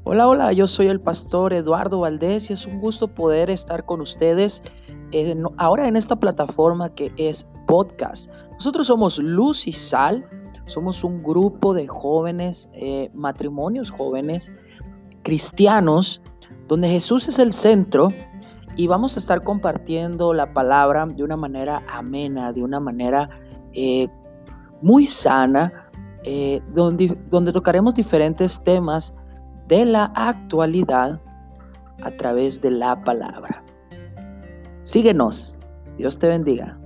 Hola, hola, yo soy el pastor Eduardo Valdés y es un gusto poder estar con ustedes ahora en esta plataforma que es podcast. Nosotros somos Luz y Sal, somos un grupo de jóvenes, matrimonios jóvenes, cristianos, donde Jesús es el centro y vamos a estar compartiendo la palabra de una manera amena, de una manera eh, muy sana, donde tocaremos diferentes temas de la actualidad a través de la palabra. Síguenos. Dios te bendiga.